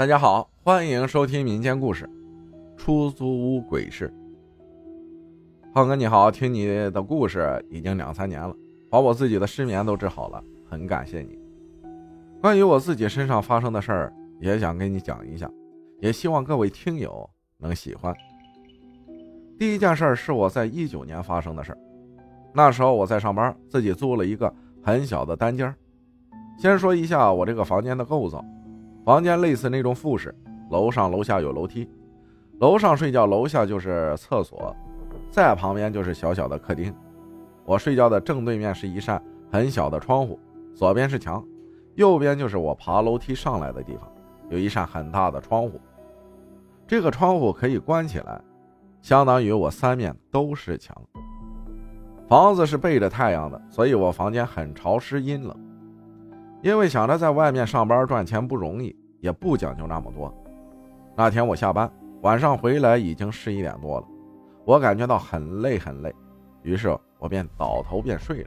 大家好，欢迎收听民间故事出租屋鬼事。浩哥你好，听你的故事已经2-3年了，把我自己的失眠都治好了，很感谢你。关于我自己身上发生的事儿，也想跟你讲一下，也希望各位听友能喜欢。第一件事是我在19年发生的事。那时候我在上班，自己租了一个很小的单间。先说一下我这个房间的构造，房间类似那种复式，楼上楼下有楼梯，楼上睡觉，楼下就是厕所，在旁边就是小小的客厅。我睡觉的正对面是一扇很小的窗户，左边是墙，右边就是我爬楼梯上来的地方，有一扇很大的窗户。这个窗户可以关起来，相当于我3面都是墙。房子是背着太阳的，所以我房间很潮湿阴冷。因为想着在外面上班赚钱不容易，也不讲究那么多。那天我下班，晚上回来已经11点多了，我感觉到很累，于是我便倒头便睡了，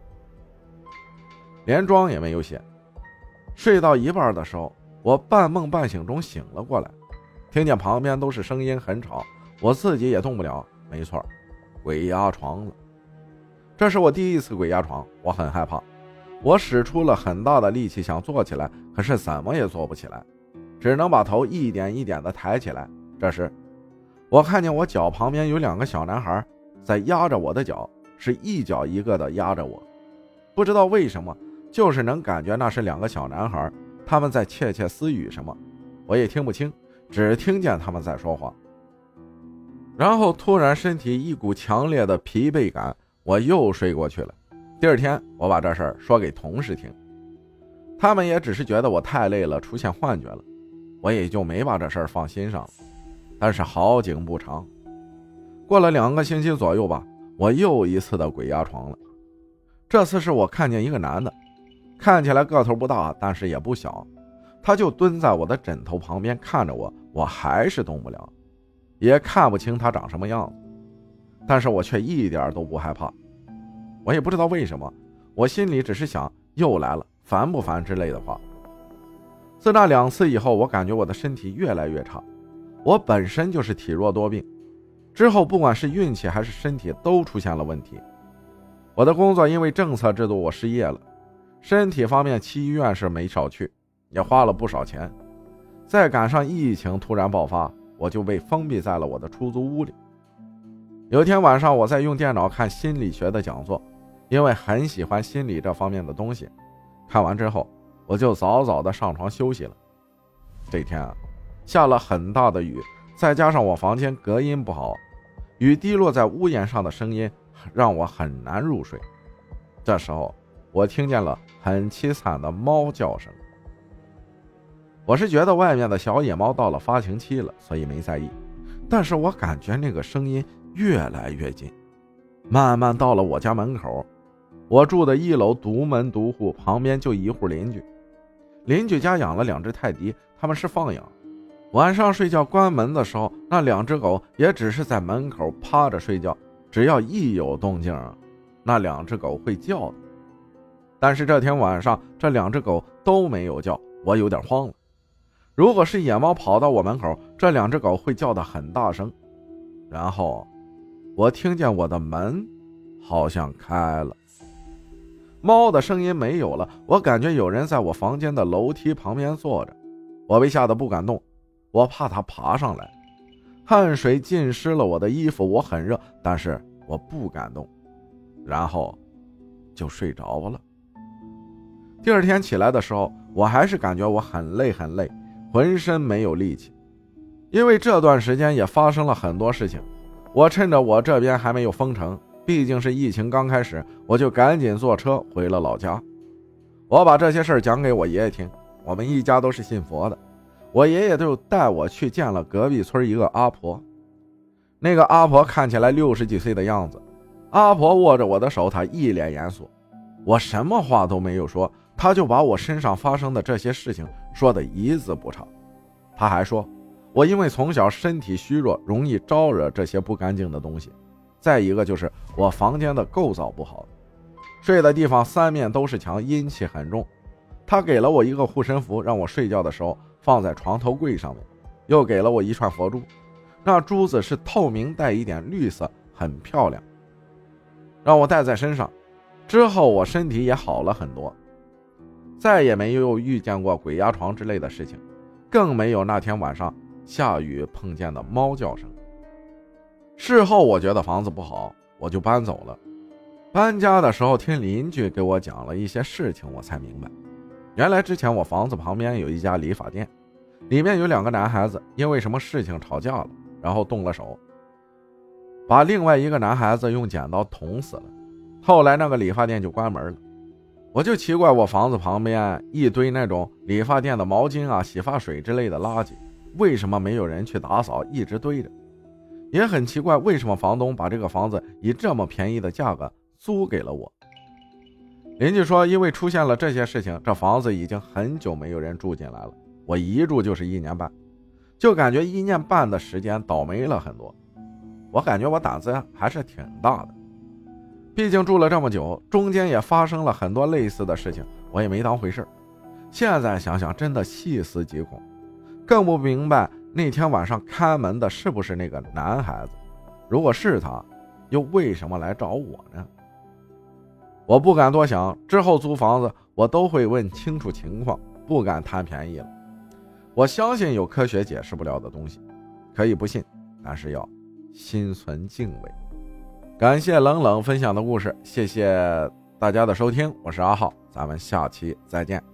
连妆也没有写。睡到一半的时候，我半梦半醒中醒了过来，听见旁边都是声音很吵，我自己也动不了，没错，鬼压床了。这是我第一次鬼压床，我很害怕，我使出了很大的力气想坐起来，可是怎么也坐不起来，只能把头一点一点地抬起来。这时我看见我脚旁边有2个小男孩在压着我的脚，是一脚一个的压着我，不知道为什么，就是能感觉那是2个小男孩，他们在窃窃私语什么，我也听不清，只听见他们在说话。然后突然身体一股强烈的疲惫感，我又睡过去了。第二天我把这事儿说给同事听，他们也只是觉得我太累了，出现幻觉了，我也就没把这事儿放心上了。但是好景不长，过了2个星期左右吧，我又一次的鬼压床了。这次是我看见一个男的，看起来个头不大，但是也不小，他就蹲在我的枕头旁边看着我，我还是动不了，也看不清他长什么样子，但是我却一点都不害怕。我也不知道为什么，我心里只是想又来了，烦不烦之类的话。自那2次以后，我感觉我的身体越来越差，我本身就是体弱多病，之后不管是运气还是身体都出现了问题。我的工作因为政策制度我失业了，身体方面去医院是没少去，也花了不少钱，再赶上疫情突然爆发，我就被封闭在了我的出租屋里。有一天晚上，我在用电脑看心理学的讲座，因为很喜欢心理这方面的东西，看完之后我就早早的上床休息了。这天啊，下了很大的雨，再加上我房间隔音不好，雨滴落在屋檐上的声音让我很难入睡。这时候我听见了很凄惨的猫叫声，我是觉得外面的小野猫到了发情期了，所以没在意，但是我感觉那个声音越来越近，慢慢到了我家门口。我住的1楼独门独户，旁边就一户邻居，邻居家养了2只泰迪，他们是放养。晚上睡觉关门的时候，那2只狗也只是在门口趴着睡觉，只要一有动静，那2只狗会叫的。但是这天晚上这2只狗都没有叫，我有点慌了。如果是野猫跑到我门口，这2只狗会叫得很大声。然后我听见我的门好像开了，猫的声音没有了，我感觉有人在我房间的楼梯旁边坐着，我被吓得不敢动，我怕它爬上来。汗水浸湿了我的衣服，我很热，但是我不敢动，然后就睡着了。第二天起来的时候，我还是感觉我很累，浑身没有力气。因为这段时间也发生了很多事情，我趁着我这边还没有封城，毕竟是疫情刚开始，我就赶紧坐车回了老家。我把这些事讲给我爷爷听，我们一家都是信佛的，我爷爷就带我去见了隔壁村一个阿婆。那个阿婆看起来60几岁的样子，阿婆握着我的手，她一脸严肃，我什么话都没有说，她就把我身上发生的这些事情说得一字不差。她还说我因为从小身体虚弱，容易招惹这些不干净的东西，再一个就是我房间的构造不好，睡的地方3面都是墙，阴气很重。他给了我一个护身符，让我睡觉的时候放在床头柜上面，又给了我一串佛珠，那珠子是透明带一点绿色，很漂亮，让我戴在身上。之后我身体也好了很多，再也没有遇见过鬼压床之类的事情，更没有那天晚上下雨碰见的猫叫声。事后我觉得房子不好，我就搬走了。搬家的时候听邻居给我讲了一些事情，我才明白，原来之前我房子旁边有一家理发店，里面有2个男孩子因为什么事情吵架了，然后动了手，把另外一个男孩子用剪刀捅死了。后来那个理发店就关门了。我就奇怪，我房子旁边一堆那种理发店的毛巾啊、洗发水之类的垃圾，为什么没有人去打扫，一直堆着？也很奇怪，为什么房东把这个房子以这么便宜的价格租给了我？邻居说，因为出现了这些事情，这房子已经很久没有人住进来了。我一住就是1年半，就感觉1年半的时间倒霉了很多。我感觉我胆子还是挺大的，毕竟住了这么久，中间也发生了很多类似的事情，我也没当回事。现在想想真的细思极恐，更不明白那天晚上看门的是不是那个男孩子，如果是他，又为什么来找我呢？我不敢多想，之后租房子我都会问清楚情况，不敢贪便宜了。我相信有科学解释不了的东西，可以不信，但是要心存敬畏。感谢冷冷分享的故事，谢谢大家的收听，我是阿浩，咱们下期再见。